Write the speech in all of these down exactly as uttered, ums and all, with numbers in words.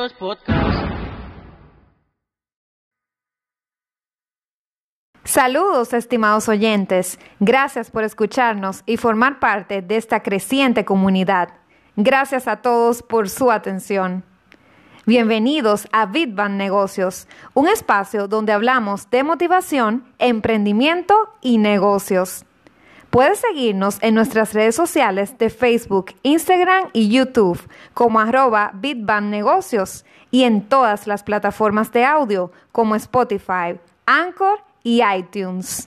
Negocios Podcast. Saludos, estimados oyentes. Gracias por escucharnos y formar parte de esta creciente comunidad. Gracias a todos por su atención. Bienvenidos a Bitban Negocios, un espacio donde hablamos de motivación, emprendimiento y negocios. Puedes seguirnos en nuestras redes sociales de Facebook, Instagram y YouTube como arroba Bitban Negocios y en todas las plataformas de audio como Spotify, Anchor y iTunes.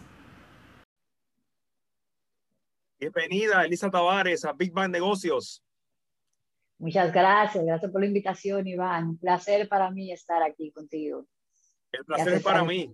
Bienvenida, Elisa Tavares, a Bitban Negocios. Muchas gracias, gracias por la invitación, Iván. Un placer para mí estar aquí contigo. El placer es para mí.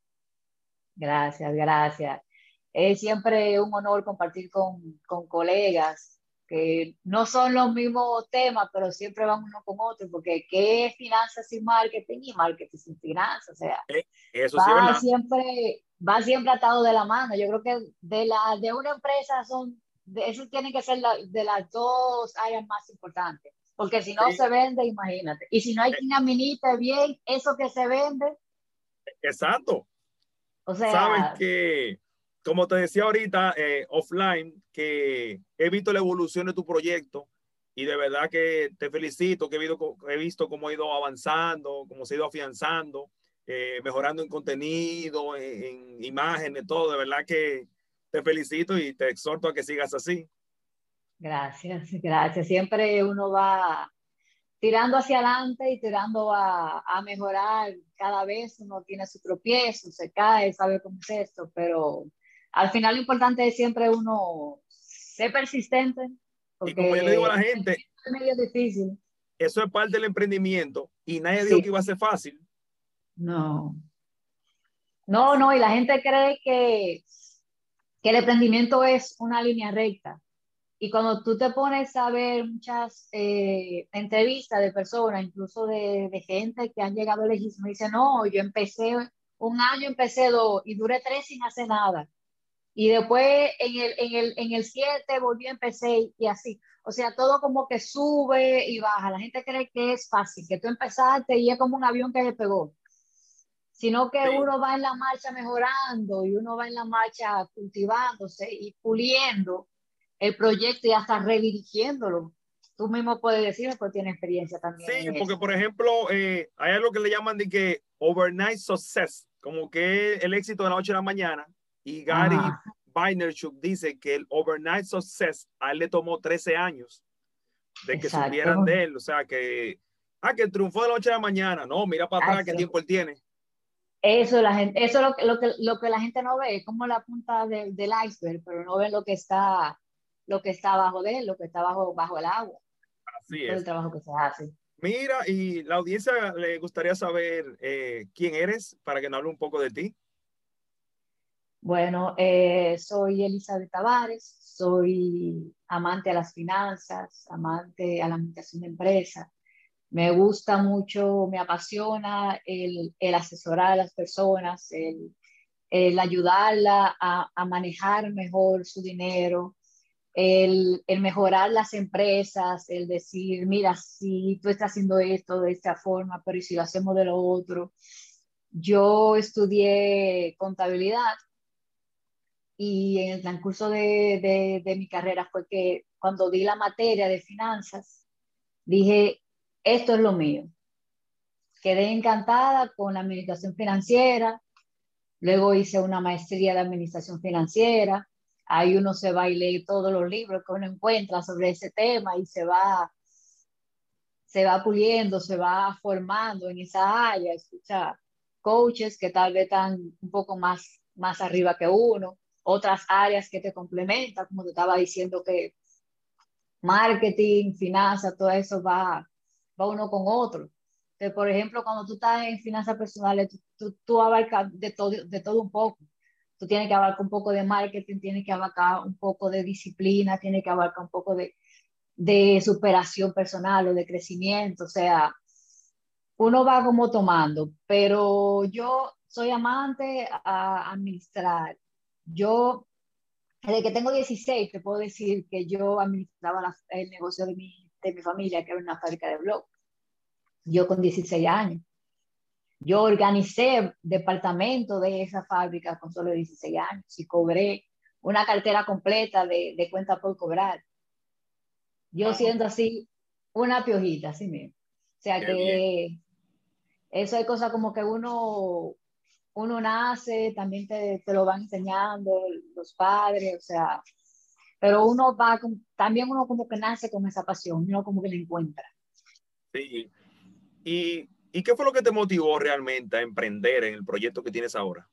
Gracias, gracias. Es siempre un honor compartir con, con colegas que no son los mismos temas, pero siempre van uno con otro, porque ¿qué es finanzas sin marketing y marketing sin finanzas? O sea, Eh, eso va sí, ¿verdad? siempre, va siempre atado de la mano. Yo creo que de, la, de una empresa son, de, eso tiene que ser la, de las dos áreas más importantes, porque si no Sí, se vende, imagínate. Y si no hay eh, quien administre bien eso que se vende, exacto. o Sabes sea, que, como te decía ahorita, eh, offline, que he visto la evolución de tu proyecto y de verdad que te felicito, que he visto, he visto cómo ha ido avanzando, cómo se ha ido afianzando, eh, mejorando en contenido, en, en imágenes, todo. De verdad que te felicito y te exhorto a que sigas así. gracias, gracias. Siempre uno va tirando hacia adelante y tirando a, a mejorar. Cada vez uno tiene su tropiezo, se cae, sabe cómo es esto, pero al final lo importante es siempre uno ser persistente, Y como yo le digo a porque la gente, es medio difícil. eso es parte del emprendimiento y nadie dijo Sí, que iba a ser fácil. no, no, Así. no, y la gente cree que, que el emprendimiento es una línea recta. Y cuando tú te pones a ver muchas eh, entrevistas de personas, incluso de, de gente que han llegado lejísimo, y dice, no, yo empecé un año, empecé dos, y duré tres sin hacer nada. Y después en el, en el, en el siete volví a empezar y así. O sea, todo como que sube y baja. La gente cree que es fácil, que tú empezaste y es como un avión que despegó, sino que Sí, uno va en la marcha mejorando y uno va en la marcha cultivándose y puliendo el proyecto y hasta redirigiéndolo. Tú mismo puedes decirme, pues tienes experiencia también sí, en porque eso. por ejemplo, eh, hay algo que le llaman de que overnight success, como que el éxito de la noche a la mañana. Y Gary Ajá, Vaynerchuk dice que el overnight success a él le tomó trece años de que supieran exacto. de él. O sea, que, ah, que triunfó de la noche a la mañana. No, mira para atrás qué Eso, tiempo él tiene. eso, la gente, eso es lo, que- lo, que, lo que la gente no ve, es como la punta de- del iceberg, pero no ven lo que está, lo que está abajo de él, lo que está bajo, bajo el agua, Así todo el es. trabajo que se hace. Mira, y la audiencia le gustaría saber eh, quién eres para que nos hable un poco de ti. Bueno, eh, soy Elizabeth Tavares, soy amante a las finanzas, amante a la administración de empresas. Me gusta mucho, me apasiona el, el asesorar a las personas, el, el ayudarla a, a manejar mejor su dinero, el, el mejorar las empresas, el decir, mira, si tú estás haciendo esto de esta forma, pero ¿y si lo hacemos de lo otro? Yo estudié contabilidad y en el transcurso de, de, de mi carrera fue que cuando di la materia de finanzas, dije, esto es lo mío. Quedé encantada con la administración financiera, luego hice una maestría de administración financiera, ahí uno se va y lee todos los libros que uno encuentra sobre ese tema y se va, se va puliendo, se va formando en esa área, escucha coaches que tal vez están un poco más, más arriba que uno, otras áreas que te complementan, como te estaba diciendo que marketing, finanzas, todo eso va, va uno con otro. Entonces, por ejemplo, cuando tú estás en finanzas personales, tú, tú, tú abarcas de todo, de todo un poco. Tú tienes que abarcar un poco de marketing, tienes que abarcar un poco de disciplina, tienes que abarcar un poco de, de superación personal o de crecimiento. O sea, uno va como tomando, pero yo soy amante a administrar. Yo desde que tengo dieciséis, te puedo decir que yo administraba la- el negocio de mi, de mi familia, que era una fábrica de blog. yo con dieciséis años. Yo organicé departamento de esa fábrica con solo dieciséis años y cobré una cartera completa de, de cuenta por cobrar. Yo Wow, siendo así una piojita, así mismo. O sea qué bien. que eso es cosa como que uno, uno nace, también te, te lo van enseñando los padres, o sea, pero uno va, con, también uno como que nace con esa pasión, uno como que la encuentra. Sí. ¿Y, ¿Y qué fue lo que te motivó realmente a emprender en el proyecto que tienes ahora?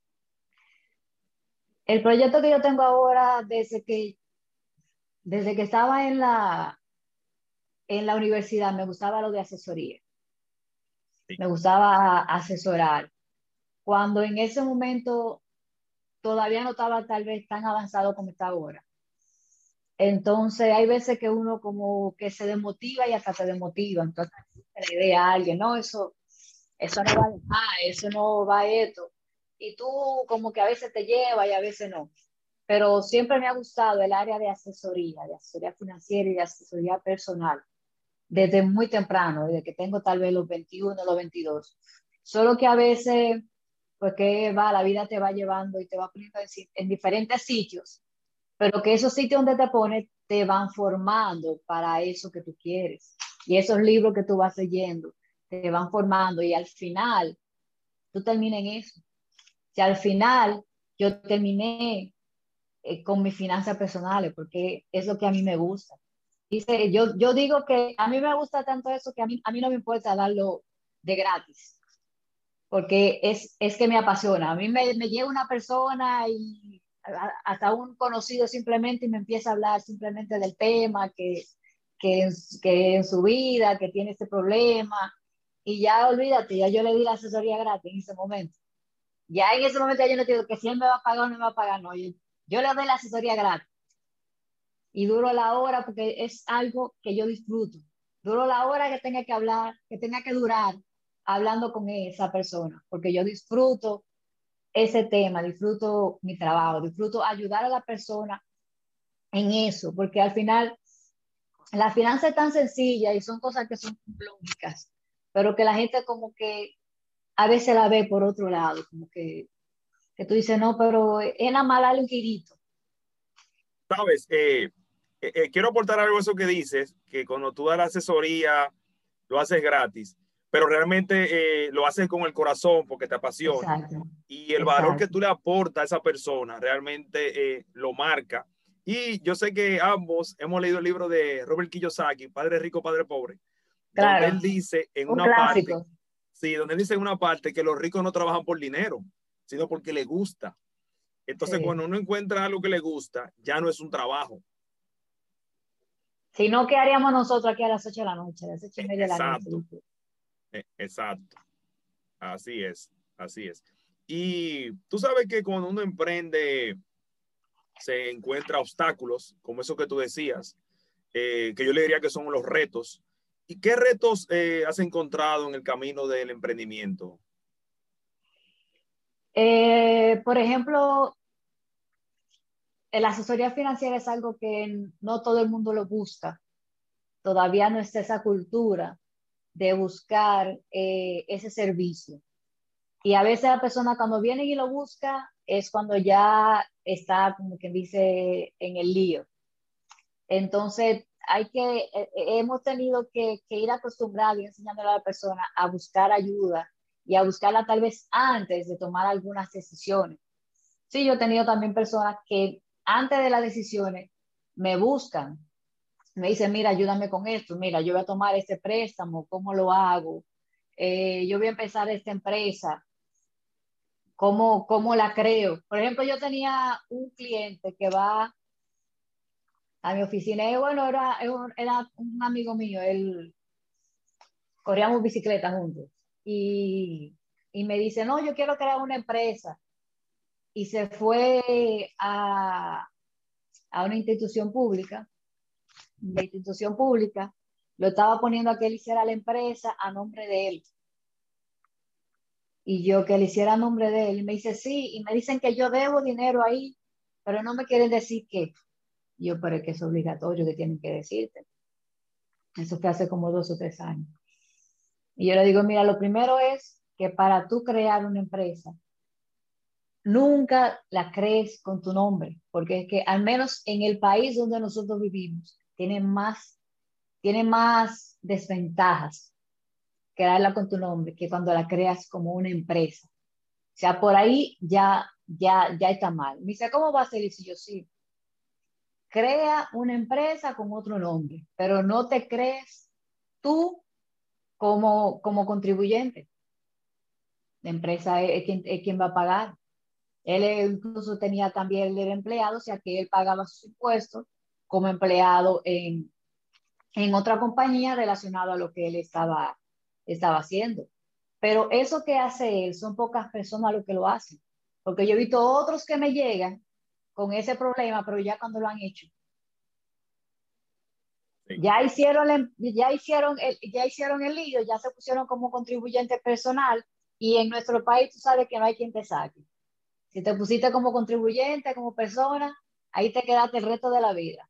El proyecto que yo tengo ahora, desde que, desde que estaba en la, en la universidad, me gustaba lo de asesoría, Sí. me gustaba asesorar. Cuando en ese momento todavía no estaba tal vez tan avanzado como está ahora. Entonces hay veces que uno como que se desmotiva y hasta se desmotiva. Entonces le idea a alguien, no, eso, eso no va a dejar, eso no va a esto. Y tú como que a veces te lleva y a veces no. Pero siempre me ha gustado el área de asesoría, de asesoría financiera y de asesoría personal, desde muy temprano, desde que tengo tal vez los veintiuno, los veintidós. Solo que a veces, pues que va, la vida te va llevando y te va poniendo en, en diferentes sitios, pero que esos sitios donde te pones te van formando para eso que tú quieres. Y esos libros que tú vas leyendo te van formando y al final tú terminas en eso. Si al final yo terminé eh, con mis finanzas personales, porque es lo que a mí me gusta. Dice, yo, yo digo que a mí me gusta tanto eso que a mí, a mí no me importa darlo de gratis, porque es, es que me apasiona. A mí me, me llega una persona y hasta un conocido simplemente y me empieza a hablar simplemente del tema, que, que, que en su vida, que tiene este problema, y ya olvídate, ya yo le di la asesoría gratis en ese momento. Ya en ese momento ya yo no digo que si él me va a pagar o no me va a pagar, no, yo, yo le doy la asesoría gratis y duro la hora porque es algo que yo disfruto. Duro la hora que tenga que hablar, que tenga que durar hablando con esa persona, porque yo disfruto ese tema, disfruto mi trabajo, disfruto ayudar a la persona en eso, porque al final la finanza es tan sencilla y son cosas que son lógicas, pero que la gente como que a veces la ve por otro lado, como que, que tú dices, no, pero es nada más darle un girito. Sabes, eh, eh, eh, quiero aportar algo a eso que dices, que cuando tú das la asesoría, lo haces gratis, pero realmente eh, lo haces con el corazón porque te apasiona. Exacto, Y el valor que exacto. tú le aportas a esa persona realmente eh, lo marca. Y yo sé que ambos hemos leído el libro de Robert Kiyosaki, Padre Rico, Padre Pobre, donde Claro, él dice en un una parte, clásico. sí, donde él dice en una parte que los ricos no trabajan por dinero, sino porque les gusta. Entonces, Sí. cuando uno encuentra algo que le gusta, ya no es un trabajo. Si no, ¿qué haríamos nosotros aquí a las ocho de la noche, a las ocho y media de la noche? Exacto, exacto. Así es, así es. Y tú sabes que cuando uno emprende se encuentra obstáculos, como eso que tú decías, eh, que yo le diría que son los retos. ¿Y qué retos eh, has encontrado en el camino del emprendimiento? Eh, por ejemplo, la asesoría financiera es algo que no todo el mundo lo busca. Todavía no está esa cultura de buscar eh, ese servicio. Y a veces la persona cuando viene y lo busca es cuando ya está, como quien dice, en el lío. Entonces, hay que, eh, hemos tenido que, que ir acostumbrando y enseñándole a la persona a buscar ayuda y a buscarla tal vez antes de tomar algunas decisiones. Sí, yo he tenido también personas que antes de las decisiones me buscan, me dicen, mira, ayúdame con esto, mira, yo voy a tomar este préstamo, ¿cómo lo hago? Eh, yo voy a empezar esta empresa, ¿cómo, cómo la creo? Por ejemplo, yo tenía un cliente que va a mi oficina y bueno, era, era un amigo mío, él corríamos bicicleta juntos y, y me dice, no, yo quiero crear una empresa y se fue a, a una institución pública, la institución pública lo estaba poniendo a que él hiciera la empresa a nombre de él. Y yo que le hiciera a nombre de él, y me dice, sí, y me dicen que yo debo dinero ahí, pero no me quieren decir qué. Yo, pero es que es obligatorio que tienen que decirte. Eso fue hace como dos o tres años. Y yo le digo, mira, lo primero es que para tú crear una empresa, nunca la crees con tu nombre, porque es que al menos en el país donde nosotros vivimos, tiene más, tiene más desventajas crearla con tu nombre que cuando la creas como una empresa. O sea, por ahí ya, ya, ya está mal. Me dice, ¿cómo va a ser? Y si yo sí, crea una empresa con otro nombre, pero no te crees tú como, como contribuyente. La empresa es, es quien, es quien va a pagar. Él eh, incluso tenía también el empleado, o sea que él pagaba sus impuestos como empleado en, en otra compañía relacionado a lo que él estaba, estaba haciendo. Pero eso que hace él, son pocas personas lo que lo hacen. Porque yo he visto otros que me llegan con ese problema, pero ya cuando lo han hecho. Sí. Ya hicieron, el, ya, hicieron el, ya hicieron el lío, ya se pusieron como contribuyente personal y en nuestro país tú sabes que no hay quien te saque. Si te pusiste como contribuyente, como persona, ahí te quedaste el resto de la vida.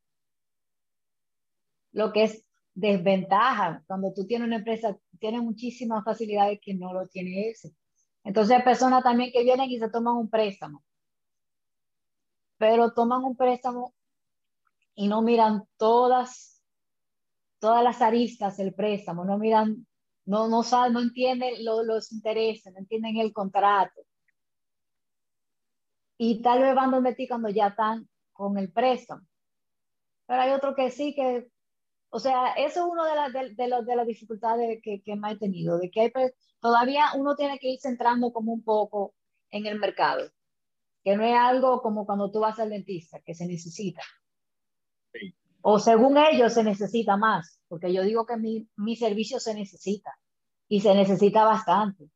Lo que es desventaja, cuando tú tienes una empresa, tienes muchísimas facilidades que no lo tiene ese. Entonces hay personas también que vienen y se toman un préstamo, pero toman un préstamo y no miran todas, todas las aristas del préstamo, no miran, no, no saben, no entienden lo, los intereses, no entienden el contrato. Y tal vez van donde ti cuando ya están con el préstamo. Pero hay otro que sí, que, o sea, eso es una de, las de, de, los, de las dificultades que, que me he tenido, de que hay, pues, todavía uno tiene que ir centrando como un poco en el mercado, que no es algo como cuando tú vas al dentista, que se necesita. Sí. O según ellos se necesita más, porque yo digo que mi, mi servicio se necesita y se necesita bastante,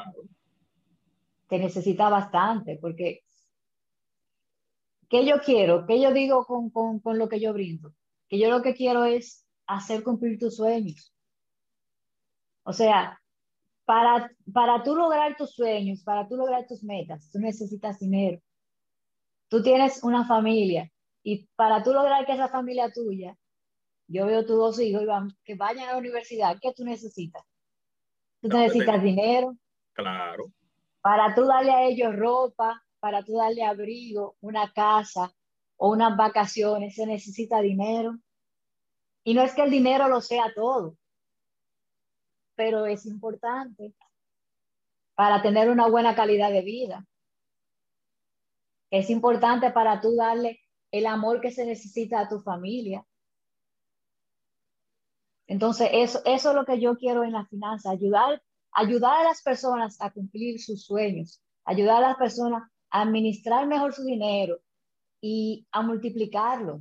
se necesita bastante, porque ¿qué yo quiero? ¿Qué yo digo con, con, con lo que yo brindo? Que yo lo que quiero es hacer cumplir tus sueños. O sea, para, para tú lograr tus sueños, para tú lograr tus metas, tú necesitas dinero. Tú tienes una familia y para tú lograr que esa familia tuya, yo veo tus dos hijos y van, que vayan a la universidad, ¿qué tú necesitas? Tú Tengo que tener, necesitas dinero claro, para tú darle a ellos ropa, para tú darle abrigo, una casa o unas vacaciones, se necesita dinero. Y no es que el dinero lo sea todo, pero es importante para tener una buena calidad de vida. Es importante para tú darle el amor que se necesita a tu familia. Entonces, eso, eso es lo que yo quiero en la finanza, ayudar, ayudar a las personas a cumplir sus sueños, ayudar a las personas a administrar mejor su dinero y a multiplicarlo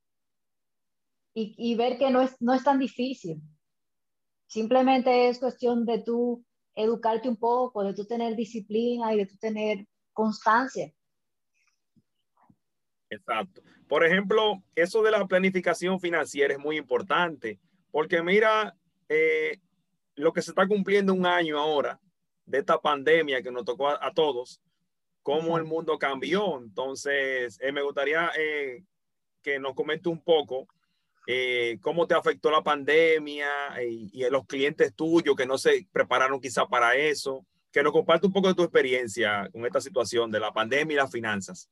y, y ver que no es, no es tan difícil. Simplemente es cuestión de tú educarte un poco, de tú tener disciplina y de tú tener constancia. exacto. Por ejemplo, eso de la planificación financiera es muy importante, porque mira, eh, lo que se está cumpliendo un año ahora de esta pandemia que nos tocó a, a todos, cómo el Exacto. mundo cambió. Entonces, eh, me gustaría eh, que nos comente un poco eh, cómo te afectó la pandemia y, y los clientes tuyos que no se prepararon quizá para eso. Que nos comparte un poco de tu experiencia con esta situación de la pandemia y las finanzas.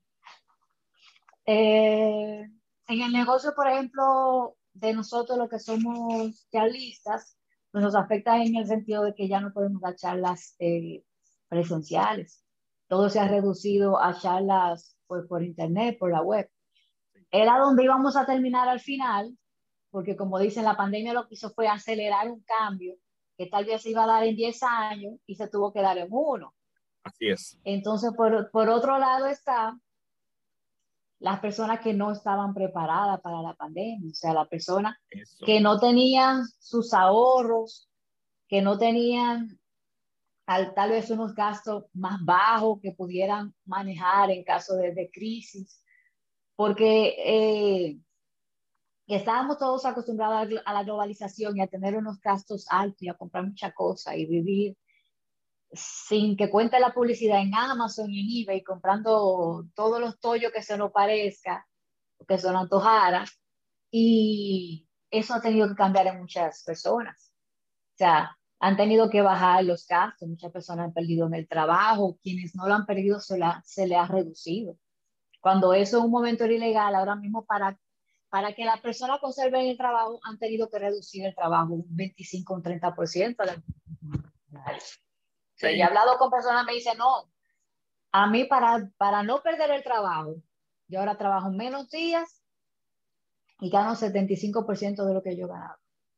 Eh, en el negocio, por ejemplo, de nosotros los que somos charlistas, pues nos afecta en el sentido de que ya no podemos dar charlas eh, presenciales. Todo se ha reducido a charlas pues, por internet, por la web. Era donde íbamos a terminar al final, porque como dicen, la pandemia lo que hizo fue acelerar un cambio que tal vez se iba a dar en diez años y se tuvo que dar en uno. Así es. Entonces, por, por otro lado está las personas que no estaban preparadas para la pandemia, o sea, las personas Eso. que no tenían sus ahorros, que no tenían al, tal vez unos gastos más bajos que pudieran manejar en caso de, de crisis, porque eh, estábamos todos acostumbrados a la globalización y a tener unos gastos altos y a comprar mucha cosa y vivir sin que cuente la publicidad en Amazon y en eBay, comprando todos los tollos que se nos parezca, que se nos antojara, y eso ha tenido que cambiar en muchas personas. O sea, han tenido que bajar los gastos, muchas personas han perdido en el trabajo, quienes no lo han perdido se, la, se le ha reducido. Cuando eso en un momento era ilegal, ahora mismo para, para que las personas conserven el trabajo, han tenido que reducir el trabajo un veinticinco, un treinta por ciento. O sea, yo he hablado con personas que me dicen, no, a mí para, para no perder el trabajo, yo ahora trabajo menos días y gano setenta y cinco por ciento de lo que yo ganaba.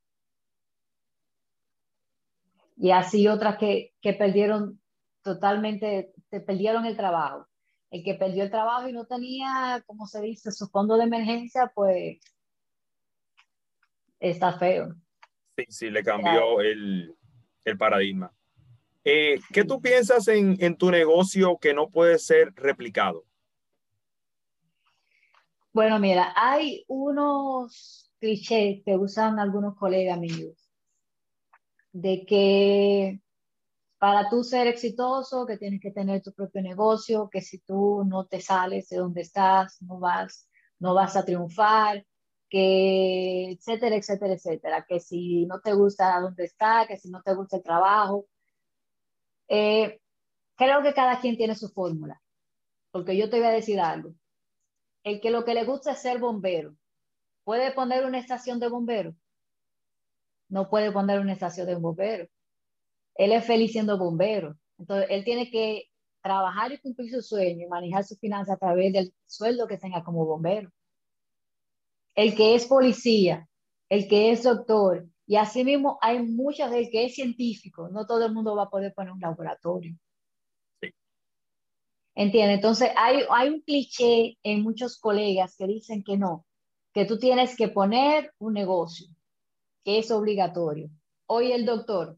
Y así otras que, que perdieron totalmente, te perdieron el trabajo. El que perdió el trabajo y no tenía, como se dice, su fondo de emergencia, pues está feo. Sí, sí, le cambió el, el paradigma. Eh, ¿qué tú piensas en, en tu negocio que no puede ser replicado? Bueno, mira, hay unos clichés que usan algunos colegas míos de que para tú ser exitoso, que tienes que tener tu propio negocio, que si tú no te sales de donde estás, no vas, no vas a triunfar, que etcétera, etcétera, etcétera, que si no te gusta donde está, que si no te gusta el trabajo. Eh, Creo que cada quien tiene su fórmula, porque yo te voy a decir algo. El que lo que le gusta es ser bombero, ¿puede poner una estación de bomberos? No puede poner una estación de bomberos. Él es feliz siendo bombero. Entonces, él tiene que trabajar y cumplir su sueño y manejar su finanzas a través del sueldo que tenga como bombero. El que es policía, el que es doctor, y asimismo hay muchas del que es científico, no todo el mundo va a poder poner un laboratorio. Sí. ¿Entiendes? Entonces, hay, hay un cliché en muchos colegas que dicen que no, que tú tienes que poner un negocio, que es obligatorio. Hoy el doctor,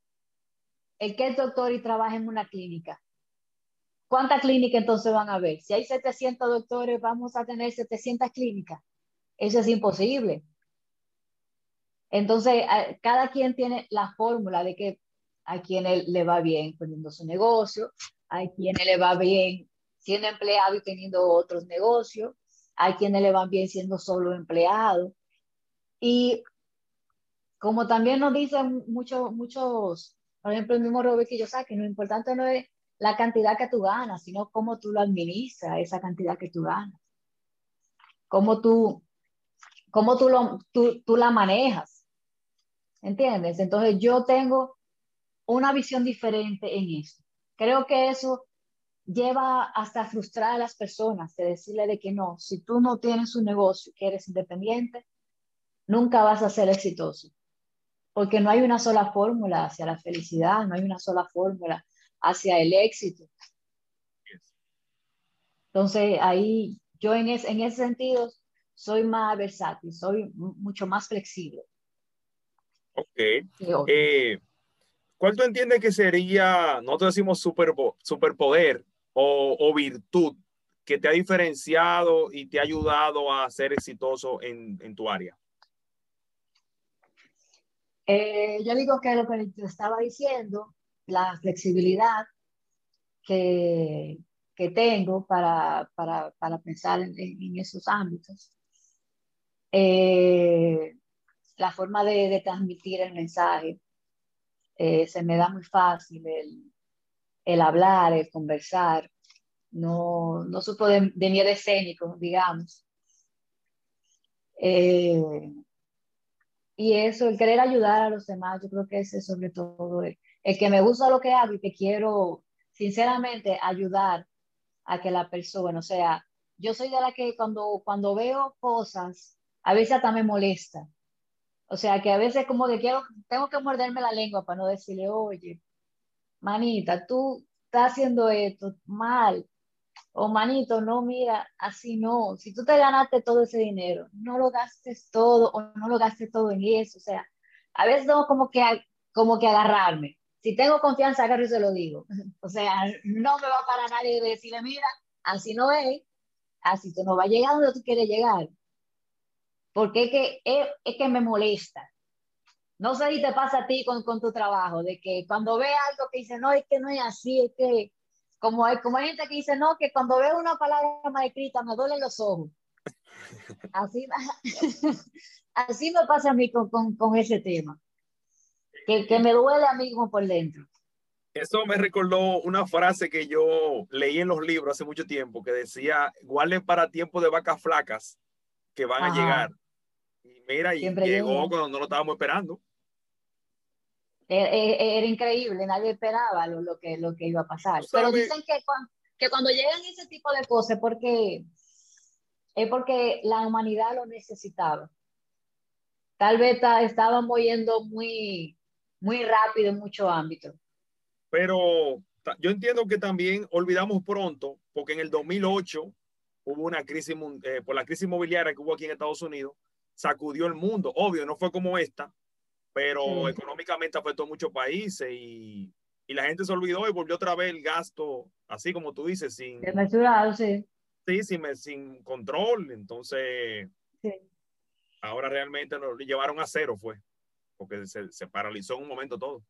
el que es doctor y trabaja en una clínica, ¿cuántas clínicas entonces van a haber? Si hay setecientos doctores, vamos a tener setecientas clínicas. Eso es imposible. Entonces, a, cada quien tiene la fórmula de que a quien le va bien poniendo su negocio, a quienes le va bien siendo empleado y teniendo otros negocios, a quienes le van bien siendo solo empleado. Y como también nos dicen muchos, muchos, por ejemplo, el mismo Robert Kiyosaki, lo importante no es la cantidad que tú ganas, sino cómo tú lo administras, esa cantidad que tú ganas. Cómo tú, cómo tú, lo, tú, tú la manejas. ¿Entiendes? Entonces yo tengo una visión diferente en eso. Creo que eso lleva hasta a frustrar a las personas, de decirle de que no, si tú no tienes un negocio, que eres independiente, nunca vas a ser exitoso. Porque no hay una sola fórmula hacia la felicidad, no hay una sola fórmula hacia el éxito. Entonces, ahí yo en, es, en ese sentido soy más versátil, soy mucho más flexible. Ok. Eh, ¿cuál tú entiendes que sería, nosotros decimos super, superpoder o, o virtud que te ha diferenciado y te ha ayudado a ser exitoso en, en tu área? Eh, yo digo que lo que te estaba diciendo, la flexibilidad que, que tengo para, para, para pensar en, en, esos ámbitos, eh, la forma de, de, transmitir el mensaje, eh, se me da muy fácil el, el hablar, el conversar, no, no supo de, de miedo escénico, digamos. Eh, y eso, el querer ayudar a los demás, yo creo que ese es sobre todo el, el que me gusta lo que hago y que quiero sinceramente ayudar a que la persona, o sea, yo soy de la que cuando, cuando veo cosas, a veces hasta me molesta. O sea, que a veces como que quiero, tengo que morderme la lengua para no decirle, oye, manita, tú estás haciendo esto mal. O manito, no, mira, así no. Si tú te ganaste todo ese dinero, no lo gastes todo o no lo gastes todo en eso. O sea, a veces tengo como que, como que agarrarme. Si tengo confianza, agarro y se lo digo. O sea, no me va para nadie decirle, mira, así no es, así tú no vas a llegar donde tú quieres llegar. Porque es que, es, es que me molesta. No sé si te pasa a ti con, con tu trabajo, de que cuando ve algo que dice, no, es que no es así, es que como hay, como hay gente que dice, no, que cuando veo una palabra mal escrita me duelen los ojos. Así, así me pasa a mí con, con, con ese tema. que, que me duele a mí como por dentro. Eso me recordó una frase que yo leí en los libros hace mucho tiempo que decía, guarden para tiempo de vacas flacas que van a Ajá, llegar. Y mira, y siempre llegó llega. cuando no lo estábamos esperando. Era, era- era increíble, nadie esperaba lo, lo que, lo que iba a Tú pasar. Pero sabes, dicen que, cuan- que cuando llegan ese tipo de cosas es porque, es porque la humanidad lo necesitaba. Tal vez ta- estábamos yendo muy, muy rápido en muchos ámbitos. pero ta- yo entiendo que también olvidamos pronto, porque en el dos mil ocho hubo una crisis, mun- eh, por la crisis inmobiliaria que hubo aquí en Estados Unidos, sacudió el mundo. Obvio, no fue como esta, pero Sí, económicamente afectó a muchos países y, y la gente se olvidó y volvió otra vez el gasto, así como tú dices, sin, desmesurado, sí. sí, sin, sin control. Entonces, Sí. ahora realmente lo llevaron a cero, fue, porque se, se paralizó en un momento todo.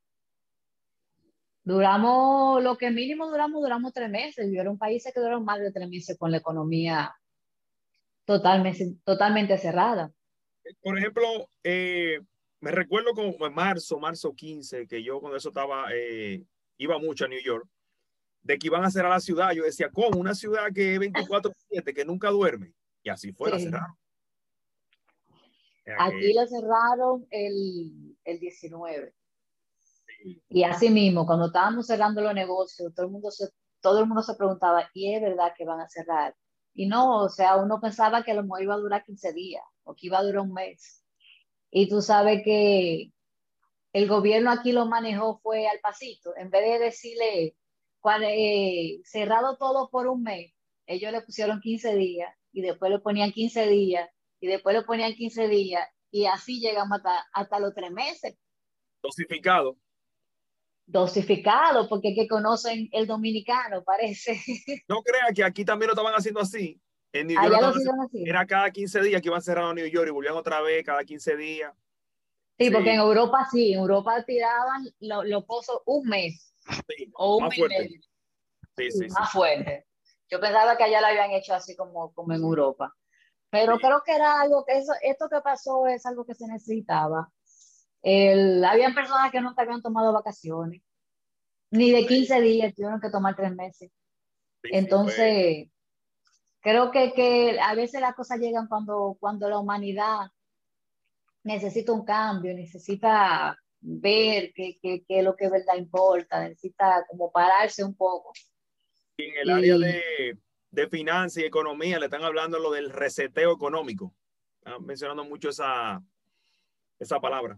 Duramos, lo que mínimo duramos, duramos tres meses. Y hubo países que duraron más de tres meses con la economía totalmente, totalmente cerrada. Por ejemplo, eh, me recuerdo como en marzo, marzo quince, que yo cuando eso estaba, eh, iba mucho a New York, de que iban a cerrar la ciudad. Yo decía, ¿cómo? Una ciudad que es veinticuatro siete, que nunca duerme. Y así fue, la Sí. cerraron. O sea que, Aquí lo cerraron el, el diecinueve. Y así mismo, cuando estábamos cerrando los negocios, todo el mundo se, todo el mundo se preguntaba, ¿y es verdad que van a cerrar? Y no, o sea, uno pensaba que a lo mejor iba a durar quince días o que iba a durar un mes. Y tú sabes que el gobierno aquí lo manejó fue al pasito. En vez de decirle, cuando, eh, cerrado todo por un mes, ellos le pusieron quince días y después le ponían quince días y después le ponían quince días y así llegamos hasta, hasta los tres meses. dosificado. Dosificado, porque es que conocen el dominicano, parece. No crea que aquí también lo estaban haciendo así. En New York lo Allá lo estaban haciendo. siguen así. Era cada quince días que iban cerrando New York y volvían otra vez cada quince días. Sí, porque en Sí, Europa sí, en Europa tiraban los lo pozos un mes sí, o un más mes y fuerte. medio, Sí, sí, sí, sí. más fuerte. Yo pensaba que allá lo habían hecho así como, como en Europa. Pero Sí, creo que era algo que eso, esto que pasó es algo que se necesitaba. El, habían personas que nunca habían tomado vacaciones, ni de sí, quince días, tuvieron que tomar tres meses. sí, sí, fue. Entonces, creo que, que a veces las cosas llegan cuando, cuando la humanidad necesita un cambio, necesita ver qué, qué, qué es lo que de verdad importa, necesita como pararse un poco. En el área Y, de, de finanzas y economía le están hablando lo del reseteo económico. Están mencionando mucho esa, esa palabra.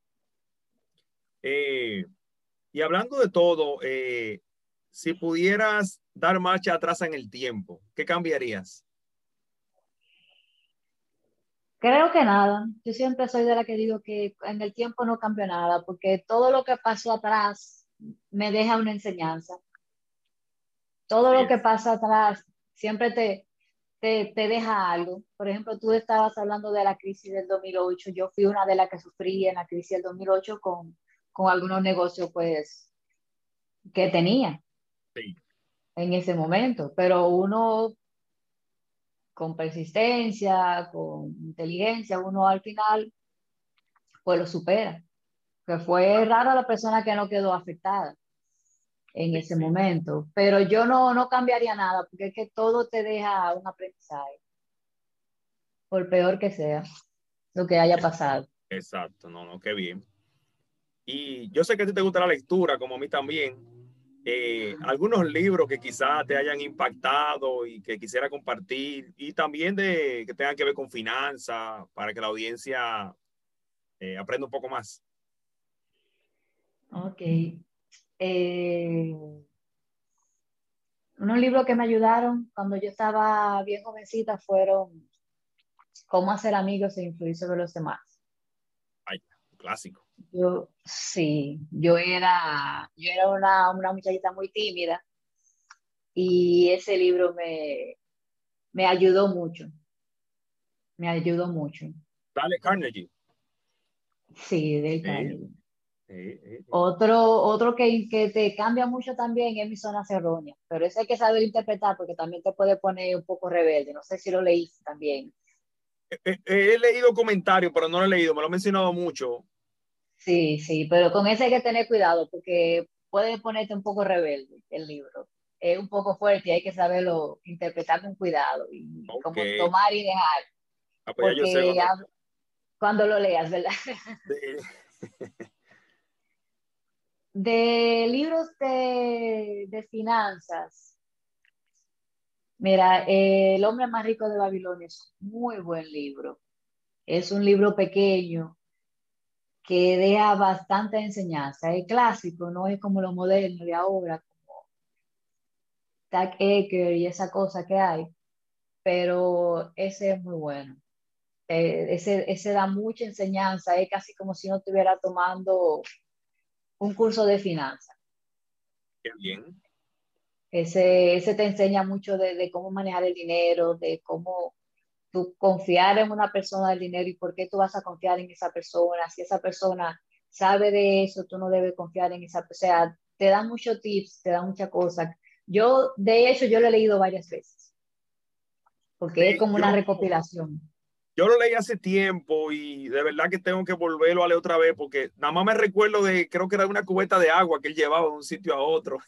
Eh, y hablando de todo, eh, si pudieras dar marcha atrás en el tiempo, ¿qué cambiarías? Creo que nada. Yo siempre soy de la que digo que en el tiempo no cambio nada, porque todo lo que pasó atrás me deja una enseñanza. Todo Sí, lo que pasa atrás siempre te, te, te deja algo. Por ejemplo, tú estabas hablando de la crisis del dos mil ocho. Yo fui una de las que sufrí en la crisis del dos mil ocho con, con algunos negocios pues que tenía sí, en ese momento, pero uno con persistencia, con inteligencia, uno al final pues lo supera. Que fue rara la persona que no quedó afectada en sí, ese sí. momento, pero yo no, no cambiaría nada, porque es que todo te deja un aprendizaje, por peor que sea lo que haya pasado. Exacto, no, no, qué bien. Y yo sé que a ti te gusta la lectura, como a mí también. Eh, algunos libros que quizás te hayan impactado y que quisiera compartir, y también de que tengan que ver con finanzas, para que la audiencia eh, aprenda un poco más. Ok. Eh, unos libros que me ayudaron cuando yo estaba bien jovencita fueron Cómo hacer amigos e influir sobre los demás. Ay, un clásico. Yo, sí, yo era, yo era una, una muchachita muy tímida y ese libro me, me ayudó mucho, me ayudó mucho. Dale, Carnegie. Sí, del Sí, Carnegie. sí, sí, sí. Otro, otro que, que te cambia mucho también es Mi Zona Errónea, pero ese hay que saber interpretar porque también te puede poner un poco rebelde. No sé si lo leíste también. He, he leído comentarios, pero no lo he leído, me lo he mencionado mucho. Sí, sí, pero con ese hay que tener cuidado porque puede ponerte un poco rebelde el libro. Es un poco fuerte y hay que saberlo interpretar con cuidado y Ok. como tomar y dejar, Ah, pues ya yo sé porque cuando... ya cuando lo leas, ¿verdad? de- De libros de, de finanzas, mira, eh, El hombre más rico de Babilonia es un muy buen libro. Es un libro pequeño que deja bastante enseñanza. Es clásico, no es como lo moderno de ahora, como Tag Ecker y esa cosa que hay, pero ese es muy bueno. Eh, ese, ese da mucha enseñanza, es casi como si no estuviera tomando un curso de finanzas. Qué bien. Ese, ese te enseña mucho de, de cómo manejar el dinero, de cómo tú confiar en una persona del dinero y por qué tú vas a confiar en esa persona. Si esa persona sabe de eso, tú no debes confiar en esa persona. O sea, te dan muchos tips, te dan muchas cosas. Yo, de hecho, yo lo he leído varias veces, porque es Sí, como yo, una recopilación. yo lo leí hace tiempo y de verdad que tengo que volverlo a leer otra vez porque nada más me recuerdo de, creo que era una cubeta de agua que él llevaba de un sitio a otro.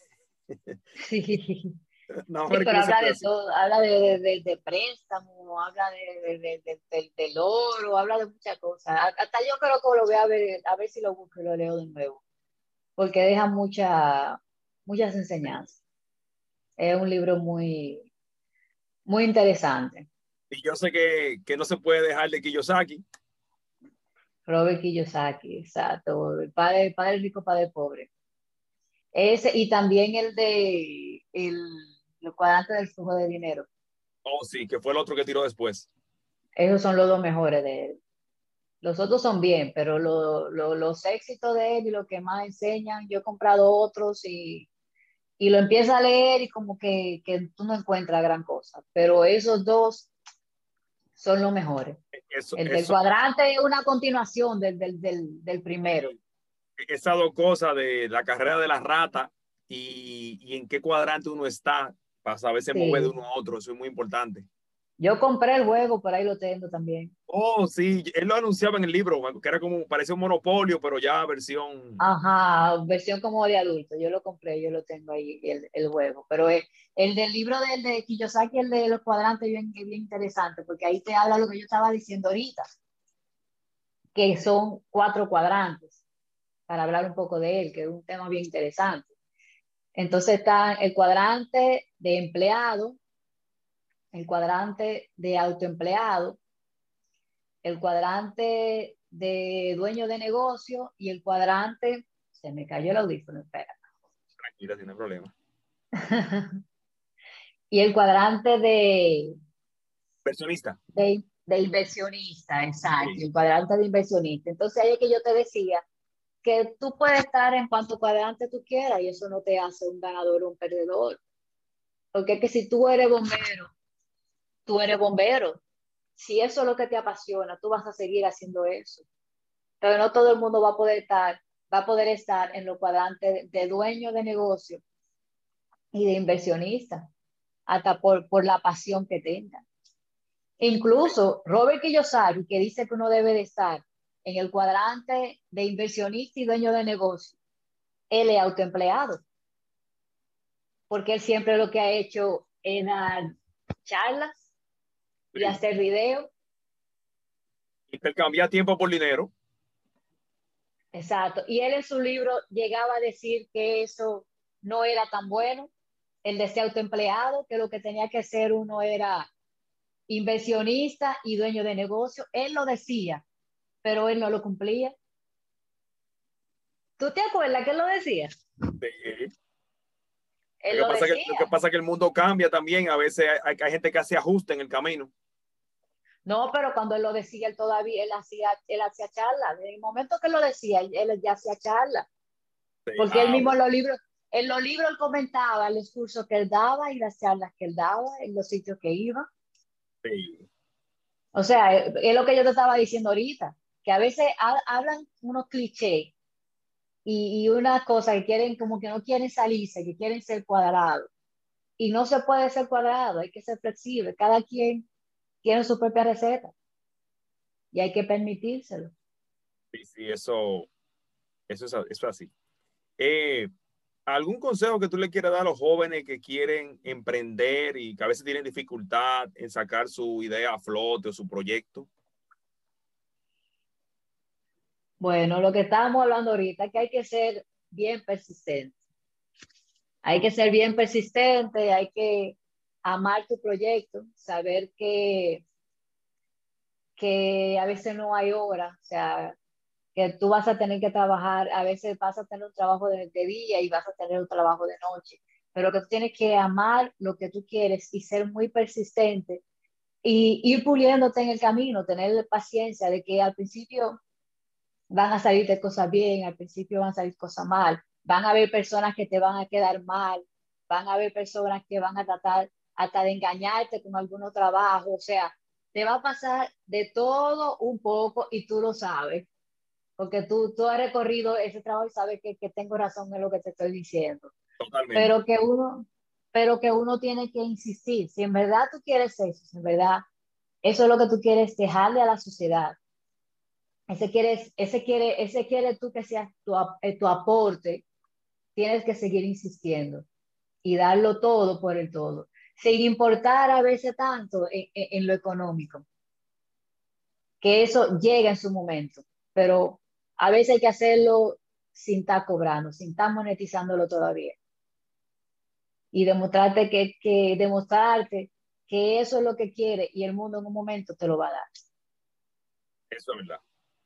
Sí. Nada más me Sí, pero recuerdo ese habla de pedacito. todo, habla de, de, de- de préstamo, habla de, de- de- de- de- del oro, habla de muchas cosas. A- Hasta yo creo que lo voy a ver, a ver si lo busco y lo leo de nuevo, porque deja mucha, muchas enseñanzas. Es un libro muy, muy interesante. Y yo sé que, que no se puede dejar de Kiyosaki. Robert Kiyosaki, exacto. El padre, el padre rico, padre pobre. Ese, y también el de el, el cuadrante del flujo de dinero. Oh, sí, que fue el otro que tiró después. Esos son los dos mejores de él. Los otros son bien, pero lo- lo- los éxitos de él y lo que más enseñan, yo he comprado otros y, y lo empiezo a leer y como que, que tú no encuentras gran cosa, pero esos dos son los mejores. Eso, El del eso, cuadrante es una continuación del, del, del, del primero. esas dos cosas de la carrera de la rata y, y en qué cuadrante uno está para saberse mover de Sí. uno a otro, eso es muy importante. Yo compré el juego, por ahí lo tengo también. Oh, sí, él lo anunciaba en el libro, que era como, parecía un monopolio, pero ya versión... Ajá, versión como de adulto. Yo lo compré, yo lo tengo ahí, el, el juego. Pero el, el del libro del de Kiyosaki, el de los cuadrantes, bien, bien interesante, porque ahí te habla lo que yo estaba diciendo ahorita, que son cuatro cuadrantes, para hablar un poco de él, que es un tema bien interesante. Entonces está el cuadrante de empleado, el cuadrante de autoempleado, el cuadrante de dueño de negocio y el cuadrante, se me cayó el audífono, espera. Tranquila, sin problema. Y el cuadrante de, Versionista. de, de inversionista, exacto, Sí. el cuadrante de inversionista. Entonces ahí es que yo te decía que tú puedes estar en cuanto cuadrante tú quieras y eso no te hace un ganador o un perdedor. Porque es que si tú eres bombero, tú eres bombero. Si eso es lo que te apasiona, tú vas a seguir haciendo eso. Pero no todo el mundo va a poder estar, va a poder estar en los cuadrantes de dueño de negocio y de inversionista, hasta por, por la pasión que tengan. Incluso Robert Kiyosaki, que dice que uno debe de estar en el cuadrante de inversionista y dueño de negocio, él es autoempleado, porque él siempre lo que ha hecho es dar charlas y Sí. hacer videos. Intercambiar tiempo por dinero. Exacto. Y él en su libro llegaba a decir que eso no era tan bueno, el de ser autoempleado, que lo que tenía que ser uno era inversionista y dueño de negocio. Él lo decía, pero él no lo cumplía. ¿Tú te acuerdas que él lo decía? Sí. Lo Él que lo pasa que, decía. lo que pasa que el mundo cambia también. A veces hay, hay gente que hace ajuste en el camino. No, pero cuando él lo decía, él todavía, él hacía, él hacía charla. En el momento que lo decía, él, él ya hacía charla. Sí. Porque él Ah, mismo en bueno. los libros, en los libros él comentaba los cursos que él daba y las charlas que él daba en los sitios que iba. Sí. O sea, es, es lo que yo te estaba diciendo ahorita, que a veces ha, hablan unos clichés y, y unas cosas que quieren, como que no quieren salirse, que quieren ser cuadrados. Y no se puede ser cuadrado, hay que ser flexible. Cada quien tiene su propia receta y hay que permitírselo. Sí, sí, eso. Eso es, eso es así. Eh, ¿Algún consejo que tú le quieras dar a los jóvenes que quieren emprender y que a veces tienen dificultad en sacar su idea a flote o su proyecto? Bueno, lo que estábamos hablando ahorita es que hay que ser bien persistente. Hay que ser bien persistente, hay que amar tu proyecto, saber que, que a veces no hay hora, o sea, que tú vas a tener que trabajar, a veces vas a tener un trabajo de, de día y vas a tener un trabajo de noche, pero que tú tienes que amar lo que tú quieres y ser muy persistente y ir puliéndote en el camino, tener paciencia de que al principio van a salirte cosas bien, al principio van a salir cosas mal, van a haber personas que te van a quedar mal, van a haber personas que van a tratar hasta de engañarte con algunos trabajos, o sea, te va a pasar de todo un poco y tú lo sabes, porque tú, tú has recorrido ese trabajo y sabes que, que tengo razón en lo que te estoy diciendo, Totalmente. pero que uno, pero que uno tiene que insistir, si en verdad tú quieres eso, si en verdad eso es lo que tú quieres dejarle a la sociedad, ese quiere, ese quiere, ese quiere tú que seas tu, eh, tu aporte, tienes que seguir insistiendo y darlo todo por el todo, sin importar a veces tanto en, en, en lo económico, que eso llega en su momento, pero a veces hay que hacerlo sin estar cobrando, sin estar monetizándolo todavía y demostrarte que, que, demostrarte que eso es lo que quiere y el mundo en un momento te lo va a dar. Eso es verdad.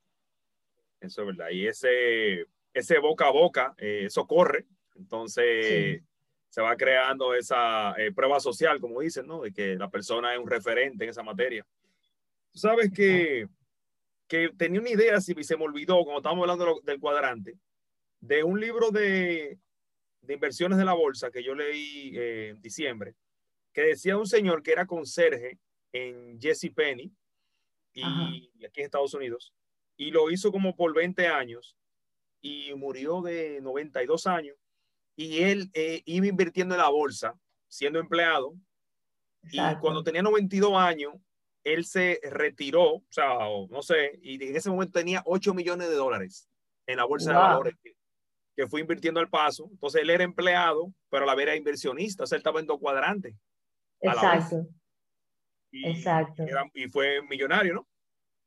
Eso es verdad. Y ese, ese boca a boca, eh, eso corre. Sí, Entonces se va creando esa eh, prueba social, como dicen, ¿no? De que la persona es un referente en esa materia. Tú sabes exacto. que, que tenía una idea, si se me olvidó, cuando estábamos hablando de lo, del cuadrante, de un libro de, de inversiones de la bolsa que yo leí eh, en diciembre, que decía un señor que era conserje en JCPenney Ajá. y aquí en Estados Unidos, y lo hizo como por veinte años y murió de noventa y dos años y él eh, iba invirtiendo en la bolsa siendo empleado y cuando Exacto. tenía noventa y dos años él se retiró, o sea, o no sé, y en ese momento tenía ocho millones de dólares en la bolsa de Wow. valores que, que fue invirtiendo al paso. Entonces él era empleado, pero a la vez era inversionista, o sea, él estaba en dos cuadrantes a la vez Exacto. y, y, Exacto. era, y fue millonario, ¿no?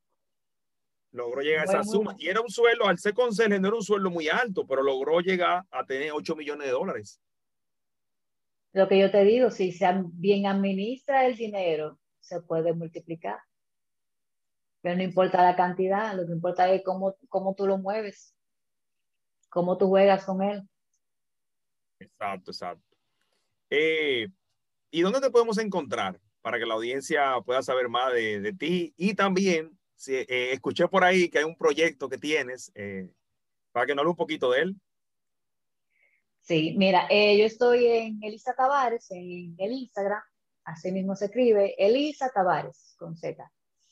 Logró llegar a Muy, esa muy, suma. Y era un sueldo, al ser conserje, no era un sueldo muy alto, pero logró llegar a tener ocho millones de dólares. lo que yo te digo, si se bien administra el dinero, se puede multiplicar. Pero no importa la cantidad, lo que importa es cómo, cómo tú lo mueves, cómo tú juegas con él. Exacto, exacto. Eh, ¿Y dónde te podemos encontrar para que la audiencia pueda saber más de, de ti? Y también, si, eh, escuché por ahí que hay un proyecto que tienes, eh, para que nos hable un poquito de él. Sí, mira, eh, yo estoy en Elisa Tavares, en el Instagram, así mismo se escribe, Elisa Tavares, con Z.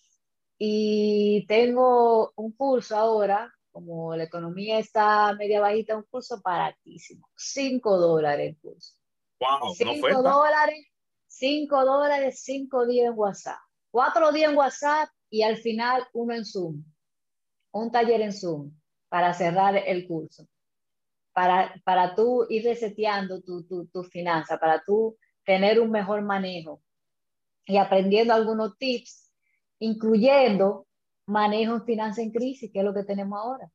Y tengo un curso ahora, como la economía está media bajita, un curso baratísimo, cinco dólares el curso. Wow, una Cinco oferta. dólares, cinco dólares, cinco días en WhatsApp. Cuatro días en WhatsApp y al final uno en Zoom. Un taller en Zoom para cerrar el curso. Para, para tú ir reseteando tu, tu, tu finanza, para tú tener un mejor manejo y aprendiendo algunos tips, incluyendo manejo en finanzas en crisis, que es lo que tenemos ahora.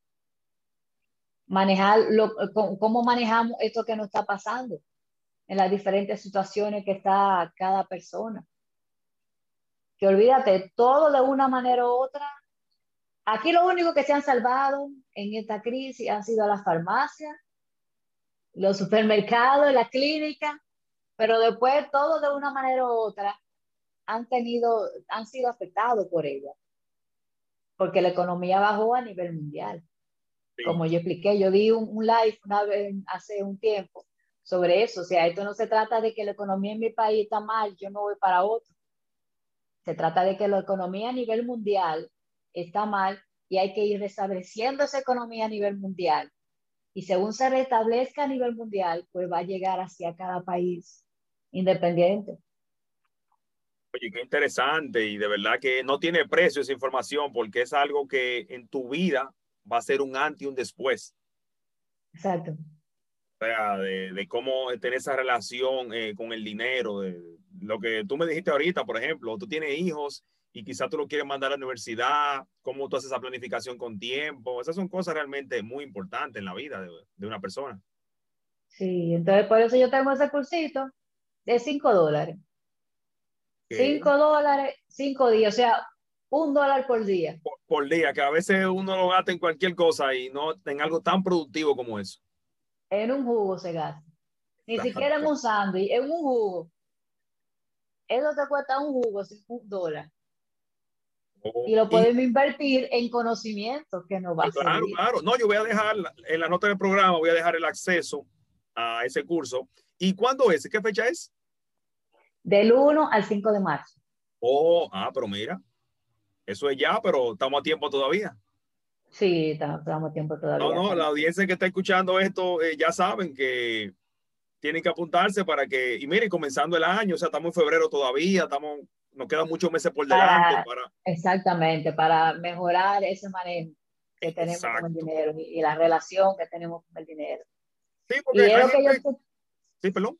Manejar lo, cómo manejamos esto que nos está pasando en las diferentes situaciones que está cada persona. Que olvídate, todo de una manera u otra. Aquí lo único que se han salvado en esta crisis han sido las farmacias, los supermercados, las clínicas, pero después todo de una manera u otra han tenido, han sido afectados por ella, porque la economía bajó a nivel mundial. Sí. Como yo expliqué, yo di un, un live una vez hace un tiempo sobre eso. O sea, esto no se trata de que la economía en mi país está mal, yo no voy para otro. Se trata de que la economía a nivel mundial está mal y hay que ir restableciendo esa economía a nivel mundial. Y según se restablezca a nivel mundial, pues va a llegar hacia cada país independiente. Oye, qué interesante y de verdad que no tiene precio esa información porque es algo que en tu vida va a ser un antes y un después. Exacto. O sea, de, de cómo tener esa relación eh, con el dinero, de lo que tú me dijiste ahorita, por ejemplo, tú tienes hijos y quizás tú lo quieres mandar a la universidad, cómo tú haces esa planificación con tiempo. Esas son cosas realmente muy importantes en la vida de, de una persona. Sí, entonces por eso yo tengo ese cursito de cinco dólares. Que Cinco dólares, cinco días, o sea, un dólar por día. por, por día, que a veces uno lo gasta en cualquier cosa y no en algo tan productivo como eso. En un jugo se gasta. Ni siquiera en Exacto. un sándwich, en un jugo. Eso te cuesta un jugo, sí, un dólar. Oh, Y lo y podemos invertir en conocimiento que nos va a claro, servir. claro. No, yo voy a dejar en la nota del programa, voy a dejar el acceso a ese curso. ¿Y cuándo es? ¿Qué fecha es? Del uno al cinco de marzo. Oh, ah, pero mira, eso es ya, pero estamos a tiempo todavía. Sí, estamos damos tiempo No, todavía. no, la Estamos. audiencia que está escuchando esto eh, ya saben que tienen que apuntarse para que, y miren, comenzando el año, o sea, estamos en febrero todavía, estamos, nos quedan muchos meses por delante Para, para... exactamente, para mejorar ese manejo que tenemos con el Exacto. dinero y, y la relación que tenemos con el dinero. Sí, porque Y es hay lo que yo gente... te, Sí, perdón.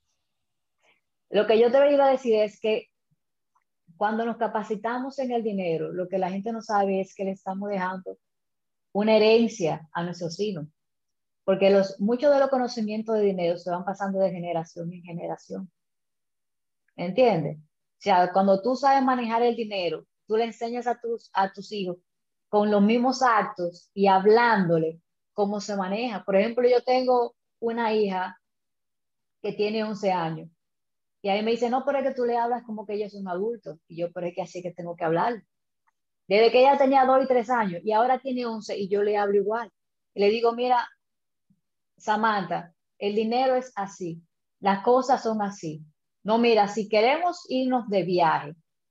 lo que yo te iba a decir es que cuando nos capacitamos en el dinero, lo que la gente no sabe es que le estamos dejando una herencia a nuestros hijos, porque los, muchos de los conocimientos de dinero se van pasando de generación en generación. ¿Entiendes? O sea, cuando tú sabes manejar el dinero, tú le enseñas a tus, a tus hijos con los mismos actos y hablándole cómo se maneja. Por ejemplo, yo tengo una hija que tiene once años y a mí me dice, no, pero es que tú le hablas como que ella es un adulto. Y yo, pero es que así que tengo que hablar. Desde que ella tenía dos y tres años y ahora tiene once y yo le hablo igual. Y le digo, mira, Samantha, el dinero es así, las cosas son así. No, mira, si queremos irnos de viaje,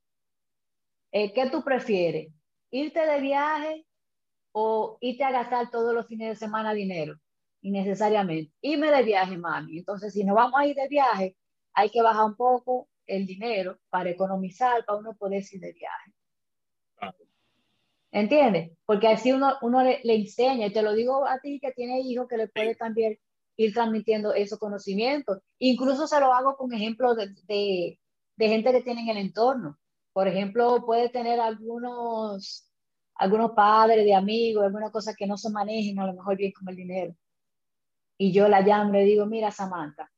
eh, ¿qué tú prefieres? ¿Irte de viaje o irte a gastar todos los fines de semana dinero? Innecesariamente. Irme de viaje, mami. Entonces, si nos vamos a ir de viaje, hay que bajar un poco el dinero para economizar, para uno poder ir de viaje. Ah, ¿Entiendes? Porque así uno, uno le, le enseña, y te lo digo a ti que tienes hijos, que le puede sí. también ir transmitiendo esos conocimientos. Incluso se lo hago con ejemplos de, de, de gente que tiene en el entorno. Por ejemplo, puede tener algunos, algunos padres de amigos, alguna cosa que no se manejen a lo mejor bien con el dinero. Y yo la llamo y le digo, mira, Samantha,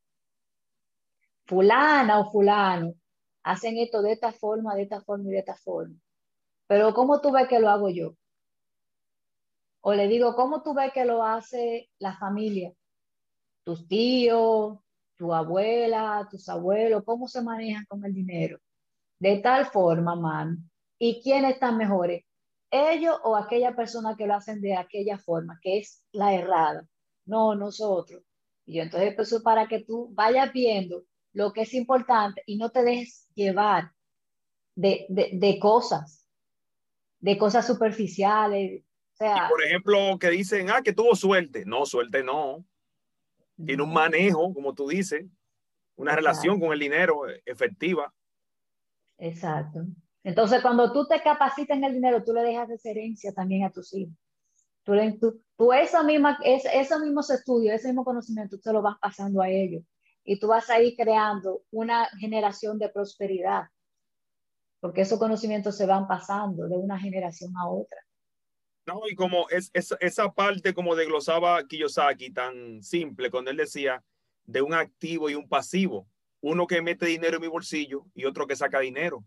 fulana o fulano hacen esto de esta forma, de esta forma y de esta forma. Pero ¿cómo tú ves que lo hago yo? O le digo, ¿cómo tú ves que lo hace la familia? Tus tíos, tu abuela, tus abuelos, ¿cómo se manejan con el dinero? De tal forma, man. ¿Y quiénes están mejores? ¿Ellos o aquella persona que lo hacen de aquella forma, que es la errada? No, nosotros. Y yo entonces, pues, eso para que tú vayas viendo lo que es importante y no te dejes llevar de, de, de cosas, de cosas superficiales. O Y sea, por ejemplo, que dicen, ah, que tuvo suerte. No, suerte no. Tiene un no, manejo, como tú dices, una relación con exacto. el dinero eh, efectiva. Exacto. Entonces, cuando tú te capacitas en el dinero, tú le dejas esa herencia también a tus hijos. Tú, le, tú, tú esa misma, es, esos mismos estudios, ese mismo conocimiento, tú se lo vas pasando a ellos. Y tú vas a ir creando una generación de prosperidad, porque esos conocimientos se van pasando de una generación a otra. No, y como es, es esa parte como desglosaba Kiyosaki tan simple cuando él decía de un activo y un pasivo, uno que mete dinero en mi bolsillo y otro que saca dinero.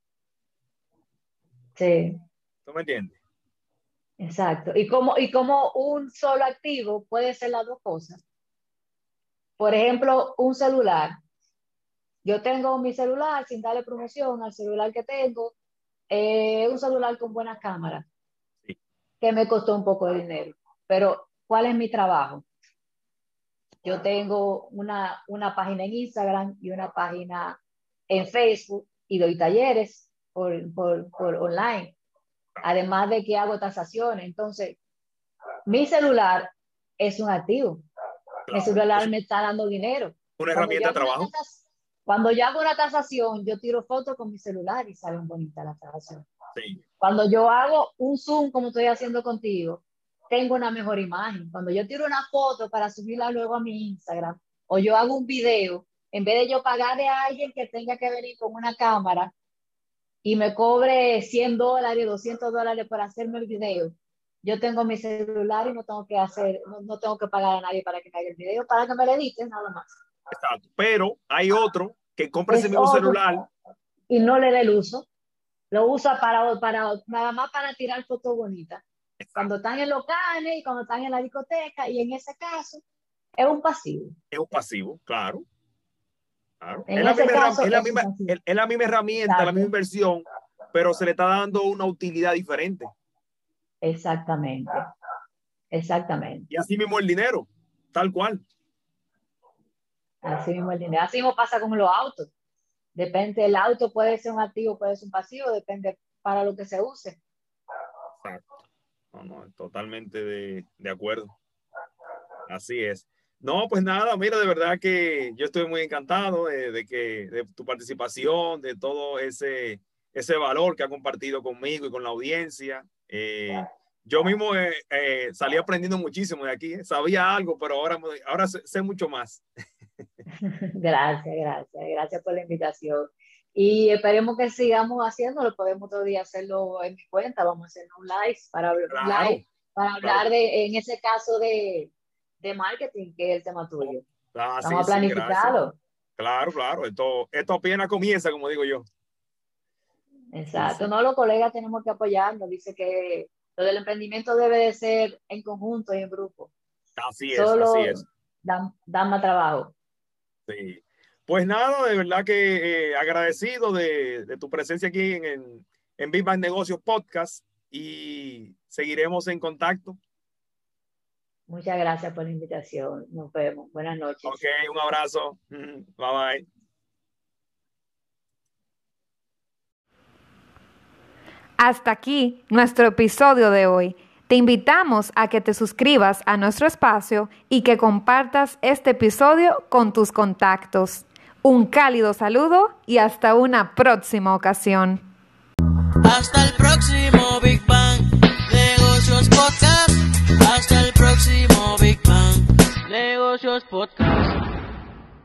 Sí, ¿Tú me entiendes? exacto. Y como, y como un solo activo puede ser las dos cosas. Por ejemplo, un celular. Yo tengo mi celular sin darle promoción al celular que tengo, eh, un celular con buena cámara, Sí, que me costó un poco de dinero. Pero, ¿cuál es mi trabajo? Yo tengo una, una página en Instagram y una página en Facebook y doy talleres por, por, por online, además de que hago tasaciones. Entonces, mi celular es un activo. Mi claro. Es celular me está dando dinero. una Cuando yo herramienta de hago una trabajo. tasación, cuando yo hago una tasación, yo tiro fotos con mi celular y salen bonitas las tasaciones. Sí. Cuando yo hago un Zoom, como estoy haciendo contigo, tengo una mejor imagen. Cuando yo tiro una foto para subirla luego a mi Instagram, o yo hago un video, en vez de yo pagarle a alguien que tenga que venir con una cámara y me cobre cien dólares, doscientos dólares por hacerme el video, yo tengo mi celular y no tengo que hacer, no, no tengo que pagar a nadie para que me haga el video, para que me lo edite, nada más. Exacto. Pero hay otro que compra Es ese mismo otro, celular y no le dé el uso. Lo usa para, para, nada más para tirar fotos bonitas. Exacto. Cuando están en locales y cuando están en la discoteca, y en ese caso es un pasivo. Es un pasivo, claro. claro. En es, la ese misma, caso, es, la es misma, un pasivo. es, es la misma herramienta, Exacto. la misma inversión, pero se le está dando una utilidad diferente. Exactamente. Exactamente. Y así mismo el dinero, tal cual. Así mismo el dinero. Así mismo pasa con los autos. Depende, el auto puede ser un activo, puede ser un pasivo, depende para lo que se use. Exacto. No, no, totalmente de, de acuerdo. Así es. No, pues nada, mira, de verdad que yo estoy muy encantado de, de que de tu participación, de todo ese, ese valor que ha compartido conmigo y con la audiencia. Eh, yo mismo eh, eh, salí aprendiendo muchísimo de aquí. ¿eh? Sabía algo, pero ahora, ahora sé, sé mucho más. Gracias, gracias. Gracias por la invitación. Y esperemos que sigamos haciéndolo. Podemos todavía hacerlo en mi cuenta. Vamos a hacer un live para, Claro, live, para hablar claro. de, en ese caso de, de marketing, que es el tema tuyo. Ah, Vamos sí, a planificarlo. Sí, claro, claro. Esto, esto apenas comienza, como digo yo. Exacto. Sí, sí. No, los colegas tenemos que apoyarnos. Dice que lo del emprendimiento debe de ser en conjunto y en grupo. Así es, Solo así es. dan, dan más trabajo. Sí. Pues nada, de verdad que eh, agradecido de, de tu presencia aquí en, en, en Big Bang Negocios Podcast y seguiremos en contacto. Muchas gracias por la invitación. Nos vemos. Buenas noches. Ok, un abrazo. Bye bye. Hasta aquí nuestro episodio de hoy. Te invitamos a que te suscribas a nuestro espacio y que compartas este episodio con tus contactos. Un cálido saludo y hasta una próxima ocasión. Hasta el próximo Big Bang Negocios Podcast. Hasta el próximo Big Bang Negocios Podcast.